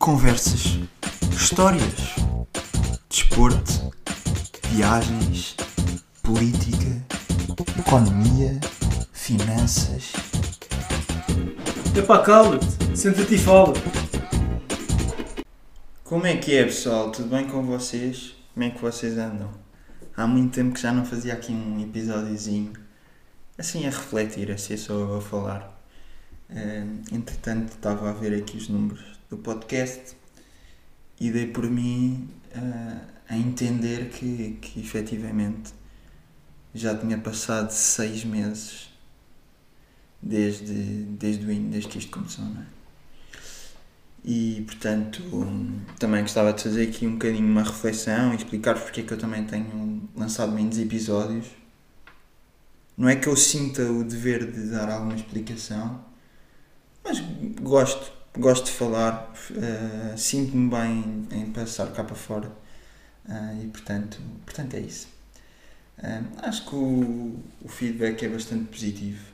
Conversas, histórias, desporto, viagens, política, economia, finanças. Epá, cala-te, senta-te e fala. Como é que é, pessoal? Tudo bem com vocês? Como é que vocês andam? Há muito tempo que já não fazia aqui um episódiozinho assim a refletir, assim só eu a falar. Entretanto, estava a ver aqui os números do podcast e dei por mim a entender que efetivamente já tinha passado 6 meses desde que isto começou, não é? E portanto também gostava de fazer aqui um bocadinho uma reflexão e explicar-vos porque é que eu também tenho lançado menos episódios. Não é que eu sinta o dever de dar alguma explicação, mas gosto de falar, sinto-me bem em passar cá para fora e portanto é isso. Acho que o feedback é bastante positivo.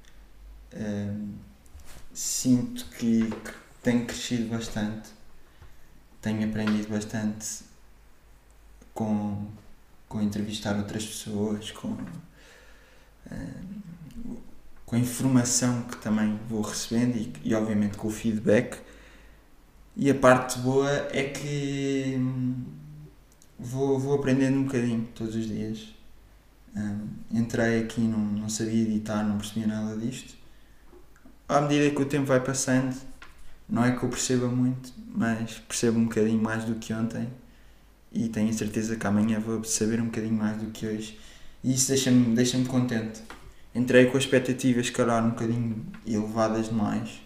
Sinto que tenho crescido bastante, tenho aprendido bastante com entrevistar outras pessoas, com a informação que também vou recebendo e obviamente com o feedback. E a parte boa é que vou aprendendo um bocadinho todos os dias. Entrei aqui, não sabia editar, não percebia nada disto. À medida que o tempo vai passando, não é que eu perceba muito, mas percebo um bocadinho mais do que ontem e tenho a certeza que amanhã vou saber um bocadinho mais do que hoje e isso deixa-me contente. Entrei com expectativas, calhar, um bocadinho elevadas demais,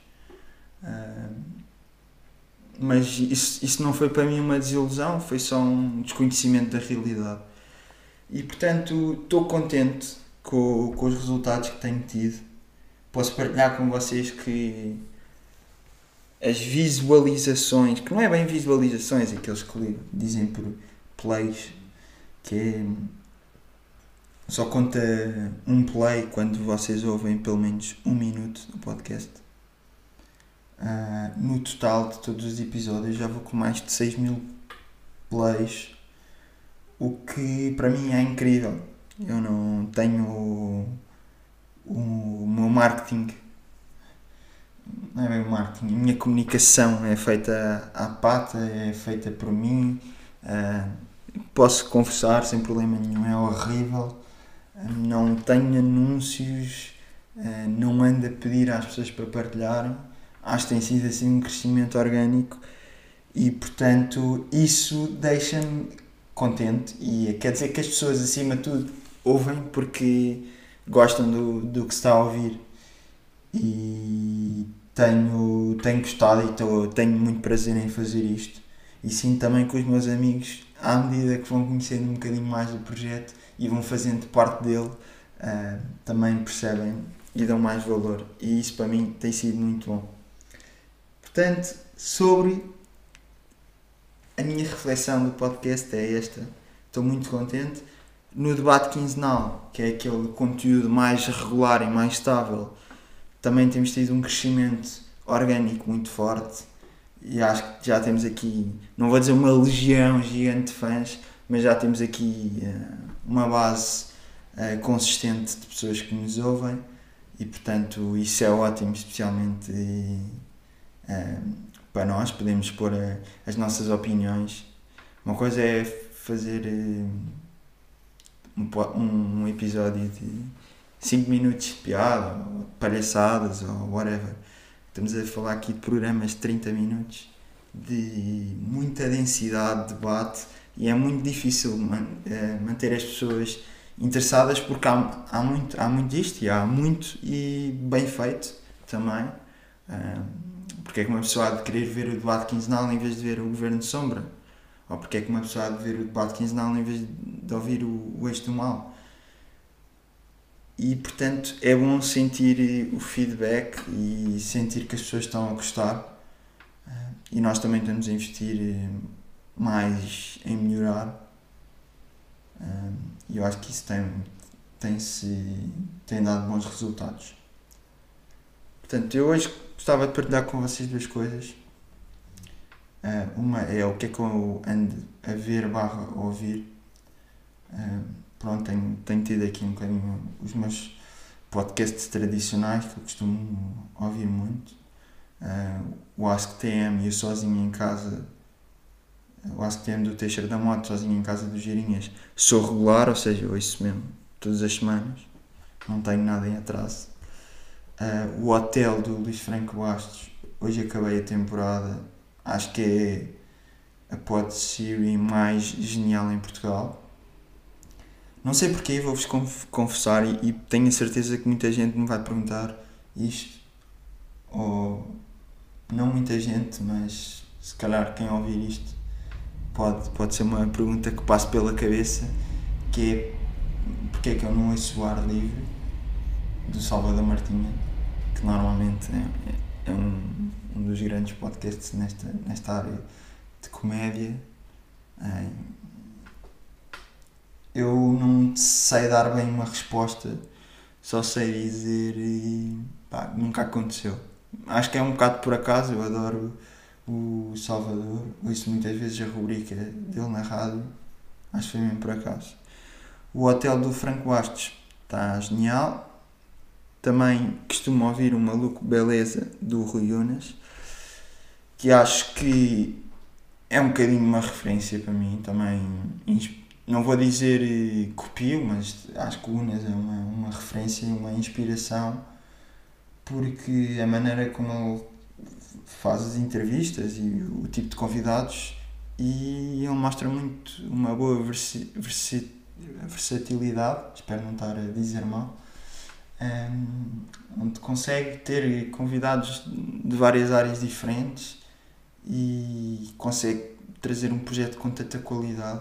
mas isso não foi para mim uma desilusão, foi só um desconhecimento da realidade. E portanto estou contente com os resultados que tenho tido. Posso partilhar com vocês que as visualizações, que não é bem visualizações, aqueles que dizem por plays, que é, só conta um play quando vocês ouvem pelo menos 1 minuto do podcast. No total de todos os episódios já vou com mais de 6.000 plays, o que para mim é incrível. Eu não tenho o meu marketing, não é bem o marketing, a minha comunicação é feita à pata, é feita por mim, posso conversar sem problema nenhum, é horrível, não tenho anúncios, não ando a pedir às pessoas para partilharem, acho que tem sido assim um crescimento orgânico e portanto isso deixa-me contente e quer dizer que as pessoas acima de tudo ouvem porque gostam do que se está a ouvir e tenho gostado e tenho muito prazer em fazer isto e sinto também que os meus amigos, à medida que vão conhecendo um bocadinho mais do projeto e vão fazendo parte dele, também percebem e dão mais valor e isso para mim tem sido muito bom. Portanto, sobre a minha reflexão do podcast é esta. Estou muito contente. No debate quinzenal, que é aquele conteúdo mais regular e mais estável, também temos tido um crescimento orgânico muito forte e acho que já temos aqui, não vou dizer uma legião gigante de fãs, mas já temos aqui uma base consistente de pessoas que nos ouvem e portanto isso é ótimo, especialmente para nós, podemos pôr as nossas opiniões. Uma coisa é fazer um episódio de 5 minutos de piada, ou palhaçadas, ou whatever. Estamos a falar aqui de programas de 30 minutos, de muita densidade de debate, e é muito difícil manter as pessoas interessadas, porque há muito disto, e há muito e bem feito também. Porque é que uma pessoa há de querer ver o debate quinzenal em vez de ver o Governo de Sombra? Ou porque é que uma pessoa há de ver o debate quinzenal em vez de ouvir o Eixo do Mal? E portanto é bom sentir o feedback e sentir que as pessoas estão a gostar e nós também estamos a investir mais em melhorar e eu acho que isso tem dado bons resultados. Portanto, eu hoje gostava de partilhar com vocês duas coisas. Uma é o que é que eu ando a ver barra a ouvir. Pronto, tenho tido aqui um bocadinho os meus podcasts tradicionais que eu costumo ouvir muito. O AskTM e o Sozinho em Casa. O AskTM do Teixeira da Mota, Sozinho em Casa dos Girinhas. Sou regular, ou seja, eu ouço mesmo todas as semanas. Não tenho nada em atraso. O Hotel do Luís Franco Bastos. Hoje acabei a temporada. Acho que é a pod-series mais genial em Portugal. Não sei porquê, vou-vos confessar e tenho a certeza que muita gente me vai perguntar isto. Ou não muita gente, mas se calhar quem ouvir isto pode ser uma pergunta que passe pela cabeça, que é porque é que eu não ouço o Ar Livre do Salvador Martinha, que normalmente é um dos grandes podcasts nesta área de comédia. Eu não sei dar bem uma resposta, só sei dizer nunca aconteceu. Acho que é um bocado por acaso, eu adoro o Salvador, ouço muitas vezes a rubrica dele na rádio, acho que foi mesmo por acaso. O Hotel do Franco Bastos está genial. Também costumo ouvir o Maluco Beleza do Rui Unas, que acho que é um bocadinho uma referência para mim, também não vou dizer copio, mas acho que o Unas é uma referência e uma inspiração, porque a maneira como ele faz as entrevistas e o tipo de convidados, e ele mostra muito uma boa versatilidade, espero não estar a dizer mal, onde consegue ter convidados de várias áreas diferentes e consegue trazer um projeto com tanta qualidade.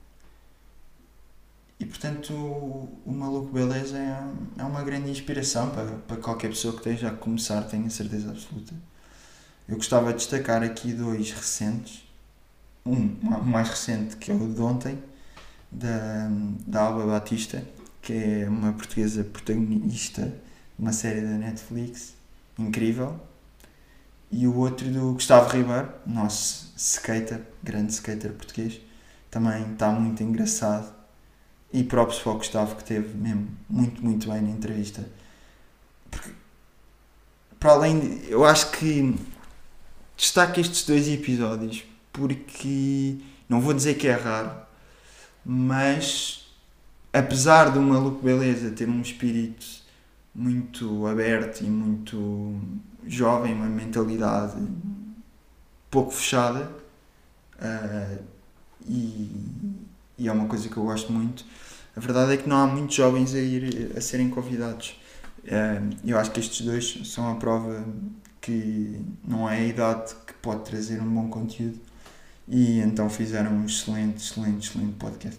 E portanto o Maluco Beleza é uma grande inspiração para qualquer pessoa que esteja a começar, tenho a certeza absoluta. Eu gostava de destacar aqui dois recentes. Um mais recente, que é o de ontem, da Alba Batista, que é uma portuguesa protagonista de uma série da Netflix incrível. E o outro do Gustavo Ribeiro, nosso skater, grande skater português, também está muito engraçado. E próprio para o Gustavo, que teve mesmo muito bem na entrevista. Porque, para além de, eu acho que destaco estes dois episódios porque não vou dizer que é raro, mas apesar do Maluco Beleza ter um espírito muito aberto e muito jovem, uma mentalidade pouco fechada, e é uma coisa que eu gosto muito, a verdade é que não há muitos jovens a serem convidados. Eu acho que estes dois são a prova que não é a idade que pode trazer um bom conteúdo, e então fizeram um excelente podcast.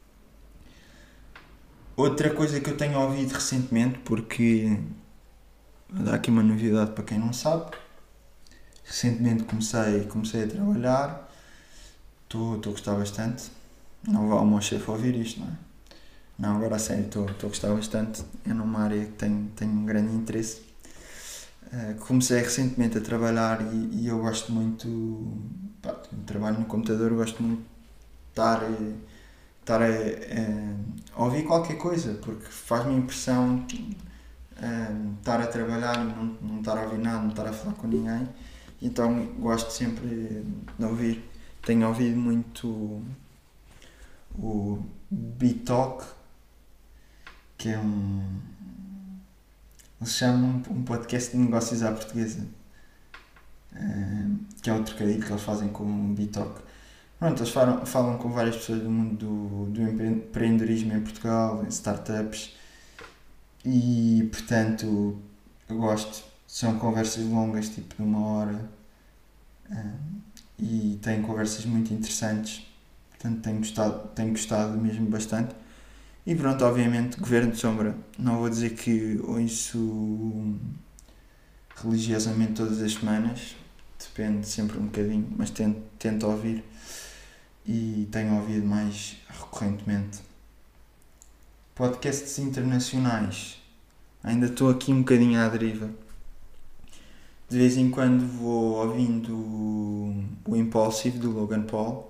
Outra coisa que eu tenho ouvido recentemente, porque vou dar aqui uma novidade para quem não sabe, recentemente comecei a trabalhar, estou a gostar bastante, não vá ao meu chefe ouvir isto, não é? Não, agora a sério, estou a gostar bastante, é numa área que tenho um grande interesse. Comecei recentemente a trabalhar e eu gosto muito, trabalho no computador, gosto muito de estar a ouvir qualquer coisa, porque faz-me impressão estar a trabalhar e não estar a ouvir nada, não estar a falar com ninguém, então gosto sempre de ouvir. Tenho ouvido muito o BeTalk, que é eles chamam um podcast de negócios à portuguesa, que é um trocadilho que eles fazem com o BeTalk. Pronto, eles falam com várias pessoas do mundo do empreendedorismo em Portugal, startups, e portanto eu gosto. São conversas longas, tipo de 1 hora, e têm conversas muito interessantes, portanto tenho gostado mesmo bastante. E pronto, obviamente, Governo de Sombra, não vou dizer que ouço religiosamente todas as semanas, depende sempre um bocadinho, mas tento ouvir, e tenho ouvido mais recorrentemente. Podcasts internacionais, ainda estou aqui um bocadinho à deriva. De vez em quando vou ouvindo o o Impulsive do Logan Paul.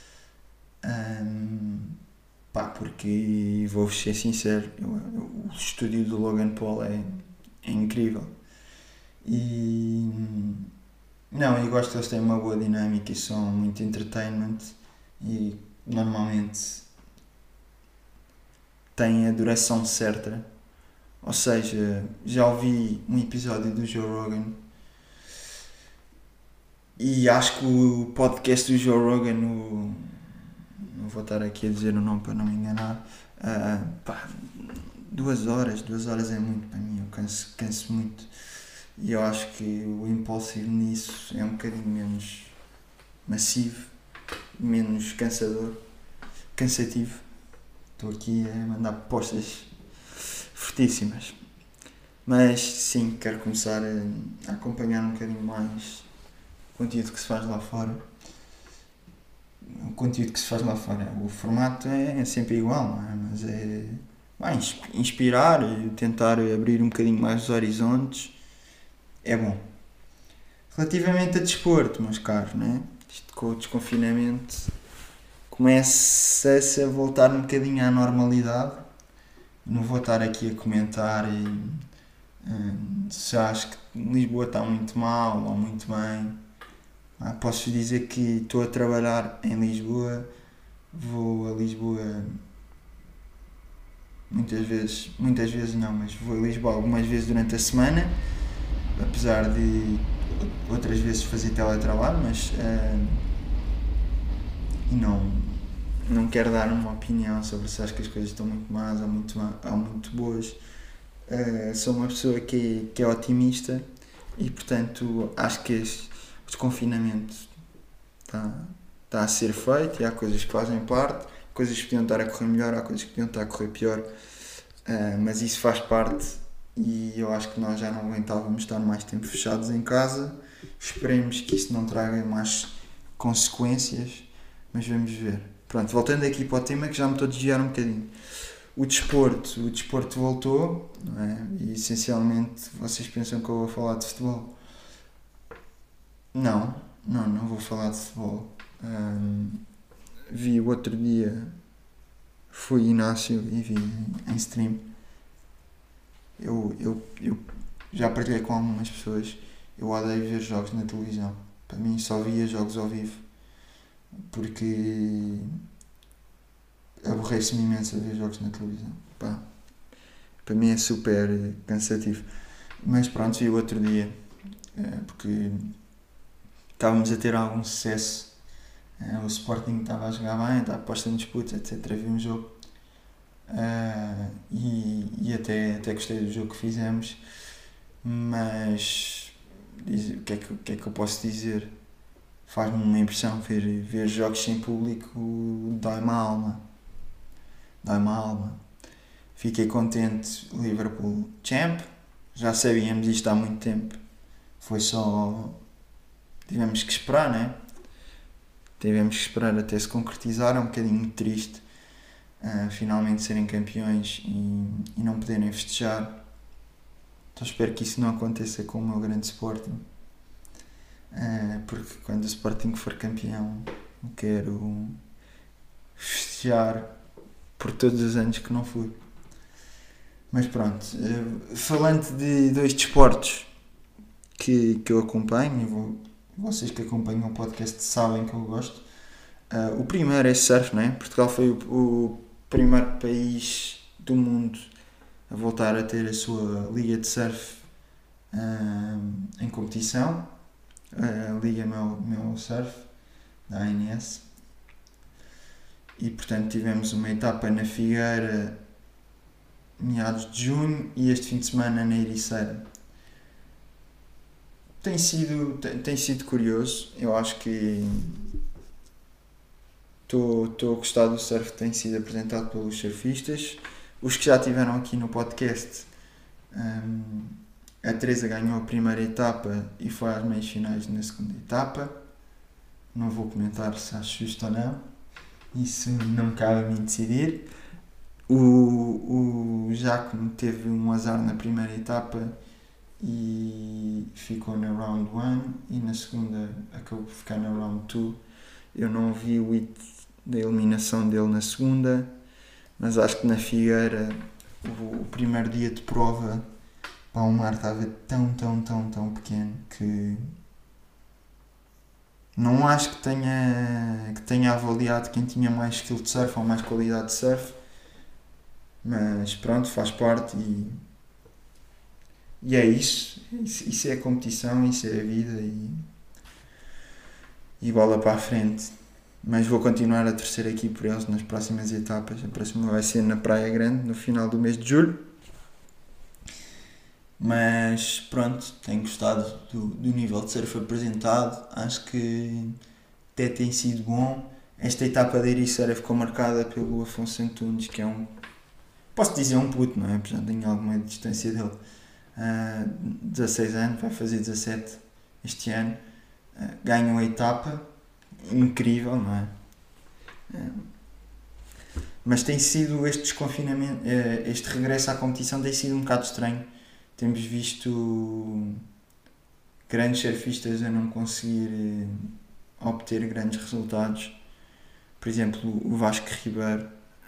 Porque vou-vos ser sincero, o estúdio do Logan Paul é incrível. E não, eu gosto que eles têm uma boa dinâmica e são muito entertainment e normalmente têm a duração certa. Ou seja, já ouvi um episódio do Joe Rogan e acho que o podcast do Joe Rogan, não vou estar aqui a dizer o nome para não me enganar, 2 horas é muito para mim, eu canso muito. E eu acho que o Impulsive nisso é um bocadinho menos massivo, menos cansativo. Estou aqui a mandar propostas fortíssimas. Mas sim, quero começar a acompanhar um bocadinho mais o conteúdo que se faz lá fora. O formato é sempre igual, não é? Mas é inspirar e tentar abrir um bocadinho mais os horizontes. É bom. Relativamente a desporto, meus caros, né? Isto com o desconfinamento começa-se a voltar um bocadinho à normalidade. Não vou estar aqui a comentar se acho que Lisboa está muito mal ou muito bem. Posso dizer que estou a trabalhar em Lisboa, vou a Lisboa muitas vezes não, mas vou a Lisboa algumas vezes durante a semana, apesar de outras vezes fazer teletrabalho, mas não quero dar uma opinião sobre se acho que as coisas estão muito más ou muito boas. Sou uma pessoa que é otimista e, portanto, acho que o desconfinamento está a ser feito e há coisas que fazem parte, coisas que podiam estar a correr melhor, há coisas que podiam estar a correr pior, mas isso faz parte e eu acho que nós já não aguentávamos estar mais tempo fechados em casa. Esperemos que isso não traga mais consequências, mas vamos ver. Pronto, voltando aqui para o tema que já me estou a desviar um bocadinho. O desporto voltou, não é? E essencialmente vocês pensam que eu vou falar de futebol. Não vou falar de futebol. Vi o outro dia, fui Inácio e vi em stream. Eu já partilhei com algumas pessoas, eu odeio ver jogos na televisão. Para mim só via jogos ao vivo, porque aborrece-me imenso a ver jogos na televisão. Para mim é super cansativo. Mas pronto, vi o outro dia, porque estávamos a ter algum sucesso. O Sporting estava a jogar bem, estava posto em disputa, etc. Vi um jogo e até gostei do jogo que fizemos, mas o que é que eu posso dizer? Faz-me uma impressão ver jogos sem público, dói-me a alma. Fiquei contente, Liverpool champ, já sabíamos isto há muito tempo, foi só, tivemos que esperar, né? Tivemos que esperar até se concretizar, é um bocadinho triste finalmente serem campeões e não poderem festejar. Então espero que isso não aconteça com o meu grande Sporting, porque quando o Sporting for campeão eu quero festejar por todos os anos que não fui. Mas pronto, falando de 2 desportos que eu acompanho, vocês que acompanham o podcast sabem que eu gosto. O primeiro é surf, né? Portugal foi o primeiro país do mundo a voltar a ter a sua liga de surf em competição, a Liga Meu Surf, da ANS. E portanto tivemos uma etapa na Figueira meados de junho e este fim de semana na Ericeira. Tem sido curioso, eu acho que estou a gostar do surf que tem sido apresentado pelos surfistas. Os que já estiveram aqui no podcast, a Teresa ganhou a primeira etapa e foi às meias finais na segunda etapa. Não vou comentar se acho justo ou não, isso não me cabe a mim decidir. O Jaco teve um azar na primeira etapa e ficou na round 1 e na segunda acabou por ficar na round 2. Eu não vi o hit da eliminação dele na segunda, mas acho que na Figueira o primeiro dia de prova, pá, o mar estava tão pequeno que não acho que tenha avaliado quem tinha mais skill de surf ou mais qualidade de surf, mas pronto, faz parte e é isso. Isso é a competição, isso é a vida e bola para a frente. Mas vou continuar a torcer aqui por eles nas próximas etapas. A próxima vai ser na Praia Grande, no final do mês de julho. Mas pronto, tenho gostado do nível de surf apresentado. Acho que até tem sido bom. Esta etapa da Ericeira ficou marcada pelo Afonso Antunes, que é posso dizer um puto, não é? Porque já tenho alguma distância dele. 16 anos, vai fazer 17 este ano. Ganhou a etapa. Incrível, não é? Mas tem sido este desconfinamento, este regresso à competição tem sido um bocado estranho. Temos visto grandes surfistas a não conseguir obter grandes resultados. Por exemplo, o Vasco Ribeiro,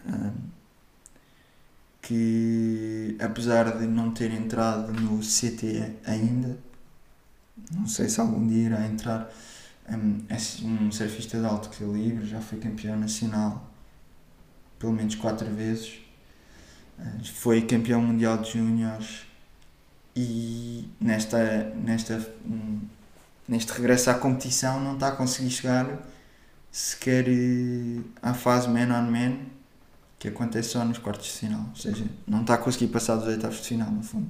que apesar de não ter entrado no CT ainda, não sei se algum dia irá entrar, é um surfista de alto calibre, já foi campeão nacional pelo menos 4 vezes, foi campeão mundial de júniores e neste regresso à competição não está a conseguir chegar sequer à fase man-on-man, que acontece só nos quartos de final, ou seja, não está a conseguir passar dos oitavos de final no fundo.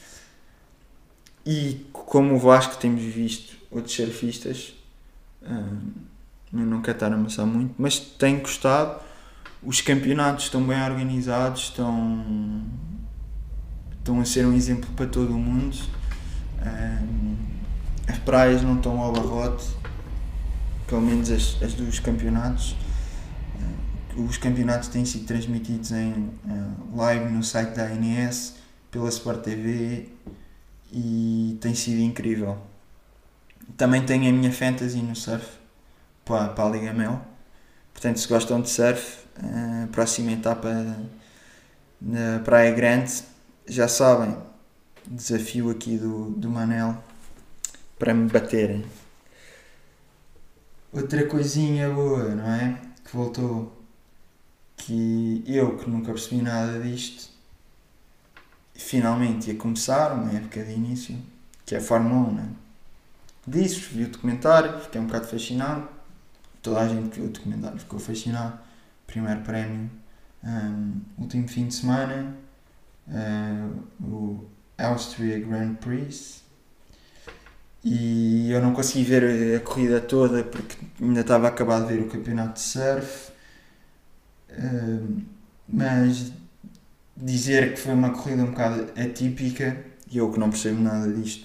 E como o Vasco, temos visto outros surfistas, eu não quero estar a amassar muito, mas tenho gostado. Os campeonatos estão bem organizados, estão a ser um exemplo para todo o mundo. As praias não estão ao abarrote, pelo menos as dos campeonatos. Os campeonatos têm sido transmitidos em live no site da ANS, pela Sport TV, e tem sido incrível. Também tenho a minha fantasy no surf para a Liga Mel. Portanto, se gostam de surf, a próxima etapa na Praia Grande, já sabem, desafio aqui do Manel para me baterem. Outra coisinha boa, não é? Que voltou, que eu, que nunca percebi nada disto, finalmente ia começar uma época de início, que é a Fórmula 1, não é? Disse, vi o documentário, fiquei um bocado fascinado. Toda a gente que viu o documentário ficou fascinado. Primeiro prémio, último fim de semana, o Austria Grand Prix, e eu não consegui ver a corrida toda porque ainda estava a acabar de ver o campeonato de surf, mas dizer que foi uma corrida um bocado atípica, e eu que não percebo nada disto,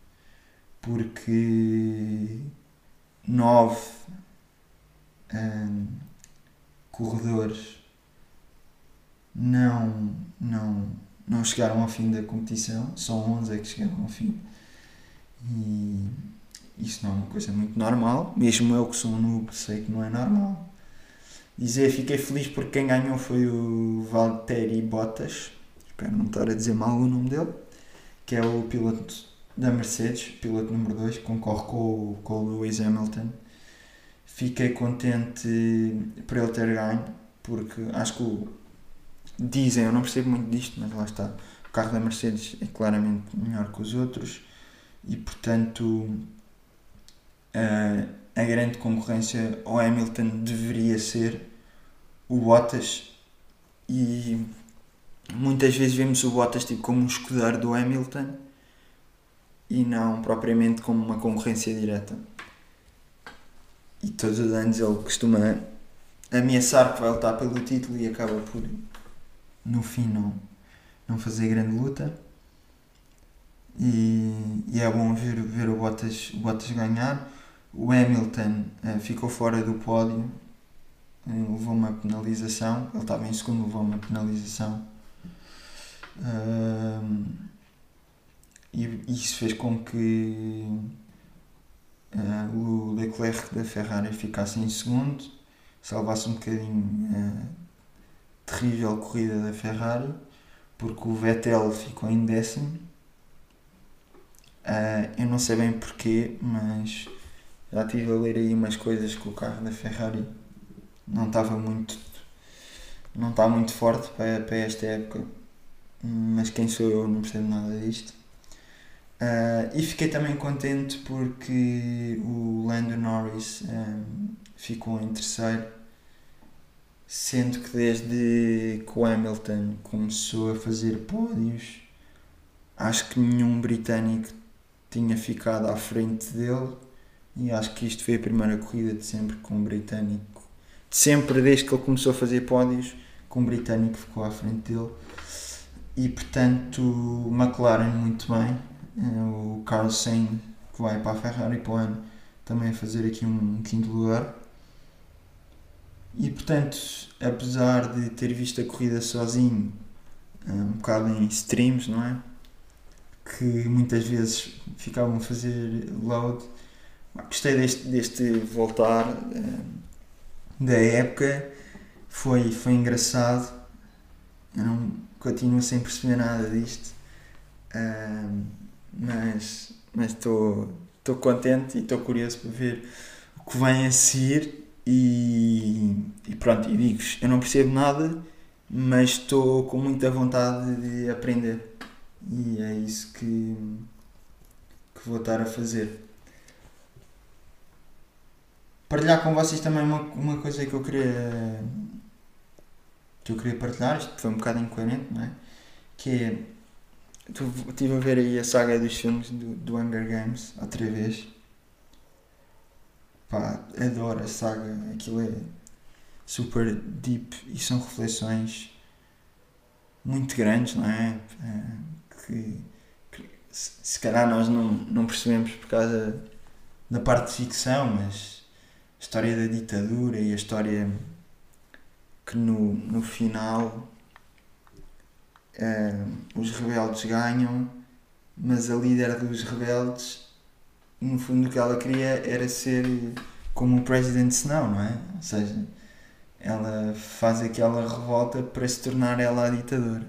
porque 9 corredores não chegaram ao fim da competição, só 11 é que chegaram ao fim, e isso não é uma coisa muito normal, mesmo eu que sou um noob sei que não é normal. Fiquei feliz porque quem ganhou foi o Valtteri Bottas, espero não estar a dizer mal o nome dele, que é o piloto da Mercedes, piloto número 2, que concorre com o Lewis Hamilton. Fiquei contente por ele ter ganho, porque acho que dizem, eu não percebo muito disto, mas lá está, o carro da Mercedes é claramente melhor que os outros e portanto a grande concorrência ao Hamilton deveria ser o Bottas, e muitas vezes vemos o Bottas tipo como um escudeiro do Hamilton e não propriamente como uma concorrência direta. E todos os anos ele costuma ameaçar que vai lutar pelo título e acaba por, no fim, não fazer grande luta. E é bom ver o Bottas ganhar. O Hamilton ficou fora do pódio, levou uma penalização. Ele estava em segundo, levou uma penalização. e isso fez com que o Leclerc da Ferrari ficasse em segundo, salvasse um bocadinho a terrível corrida da Ferrari, porque o Vettel ficou em décimo. Eu não sei bem porquê, mas já estive a ler aí umas coisas que o carro da Ferrari não está muito forte para esta época, mas quem sou eu, não percebo nada disto. E fiquei também contente porque o Lando Norris ficou em terceiro, sendo que desde que o Hamilton começou a fazer pódios, acho que nenhum britânico tinha ficado à frente dele, e acho que isto foi a primeira corrida de sempre com um britânico, desde que ele começou a fazer pódios, com um britânico ficou à frente dele. E portanto, McLaren muito bem, o Carlos Sainz, que vai para a Ferrari para o ano, também a fazer aqui um quinto lugar. E portanto, apesar de ter visto a corrida sozinho, um bocado em streams, não é? Que muitas vezes ficavam a fazer load, gostei deste voltar da época, foi engraçado. Eu não continuo sem perceber nada disto, mas estou contente e estou curioso para ver o que vem a seguir. E pronto, e digo-vos, eu não percebo nada, mas estou com muita vontade de aprender, e é isso que vou estar a fazer. Partilhar com vocês também uma coisa que eu queria partilhar. Isto foi um bocado incoerente, não é? Que é, estive a ver aí a saga dos filmes do Hunger Games outra vez. Pá, adoro a saga, aquilo é super deep e são reflexões muito grandes, não é? Que se calhar nós não percebemos por causa da parte de ficção, mas a história da ditadura e a história que no final os rebeldes ganham, mas a líder dos rebeldes, no fundo, o que ela queria era ser como o President Snow, não é? Ou seja, ela faz aquela revolta para se tornar ela a ditadora.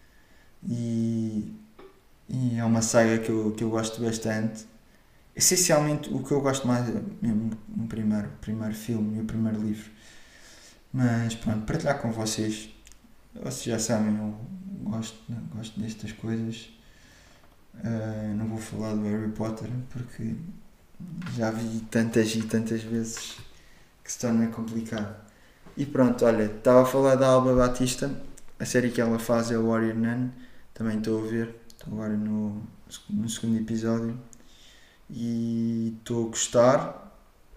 E é uma saga que eu gosto bastante. Essencialmente, o que eu gosto mais é mesmo o primeiro filme e o primeiro livro. Mas pronto, partilhar com vocês. Vocês já sabem, eu gosto destas coisas. Não vou falar do Harry Potter porque já vi tantas e tantas vezes que se torna complicado. E pronto, olha, estava a falar da Alba Batista, a série que ela faz é o Warrior Nun, também estou a ver, estou agora no segundo episódio e estou a gostar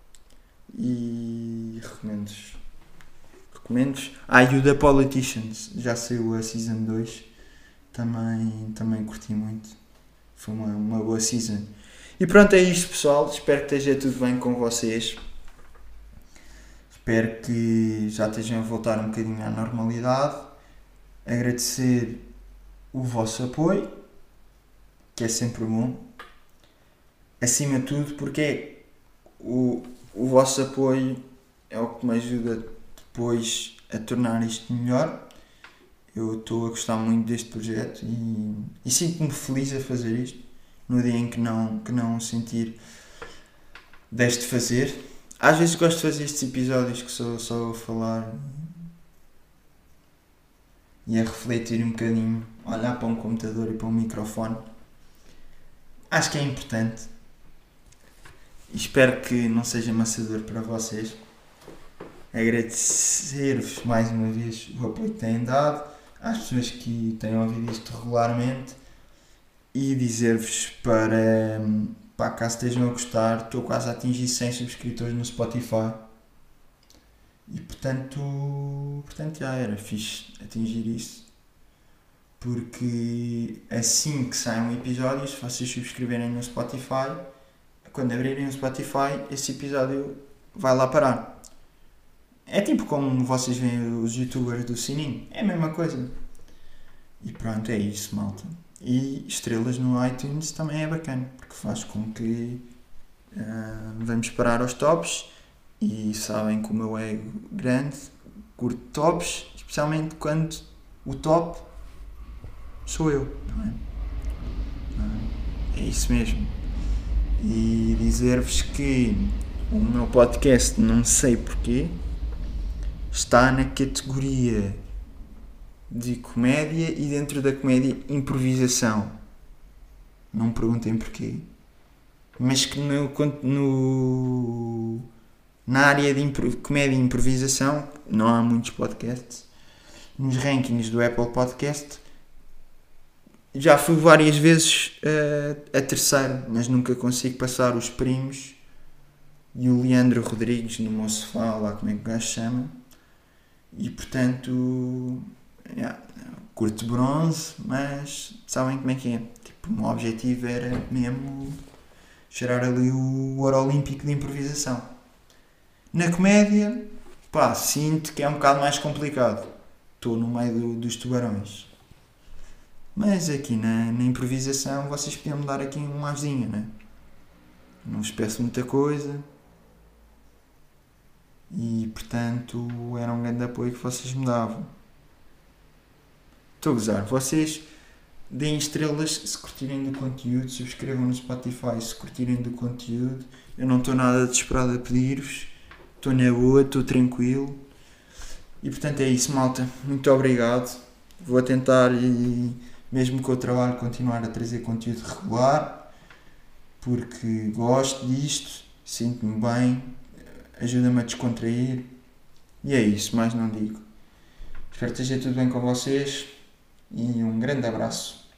e recomendo-vos. E o The Politicians, já saiu a Season 2, também curti muito, foi uma boa season. E pronto, é isto, pessoal, espero que esteja tudo bem com vocês, espero que já estejam a voltar um bocadinho à normalidade, agradecer o vosso apoio, que é sempre bom, acima de tudo, porque o vosso apoio é o que me ajuda depois a tornar isto melhor. Eu estou a gostar muito deste projeto e sinto-me feliz a fazer isto. No dia em que não sentir, deixo de fazer. Às vezes gosto de fazer estes episódios que sou só a falar e a refletir um bocadinho, olhar para um computador e para um microfone. Acho que é importante e espero que não seja maçador para vocês. Agradecer-vos mais uma vez o apoio que têm dado, às pessoas que têm ouvido isto regularmente, e dizer-vos para caso estejam a gostar, estou quase a atingir 100 subscritores no Spotify e portanto já era fixe atingir isso, porque assim que saem um episódio, se vocês subscreverem no Spotify, quando abrirem o Spotify, esse episódio vai lá parar. É tipo como vocês veem os youtubers do sininho, é a mesma coisa. E pronto, é isso, malta. E estrelas no iTunes também é bacana, porque faz com que vamos parar aos tops. E sabem que o meu ego grande curto tops, especialmente quando o top sou eu, não é? É isso mesmo. E dizer-vos que o meu podcast, não sei porquê, está na categoria de comédia e dentro da comédia improvisação. Não me perguntem porquê. Mas que na área de comédia e improvisação não há muitos podcasts. Nos rankings do Apple Podcast já fui várias vezes a terceiro, mas nunca consigo passar os primos e o Leandro Rodrigues no meu sofá, lá como é que o gajo chama. E portanto, curto bronze, mas sabem como é que é. Tipo, o meu objetivo era mesmo cheirar ali o ouro olímpico de improvisação. Na comédia, sinto que é um bocado mais complicado. Estou no meio dos tubarões. Mas aqui na improvisação vocês podiam me dar aqui uma ajudinha, né? Não vos peço muita coisa. E portanto era um grande apoio que vocês me davam. Estou a gozar. Vocês deem estrelas se curtirem do conteúdo, subscrevam no Spotify se curtirem do conteúdo. Eu não estou nada desesperado a pedir-vos. Estou na boa, estou tranquilo. E portanto é isso, malta. Muito obrigado. Vou tentar, mesmo com o trabalho, continuar a trazer conteúdo regular. Porque gosto disto, sinto-me bem, ajuda-me a descontrair. E é isso, mais não digo. Espero que esteja tudo bem com vocês. E um grande abraço.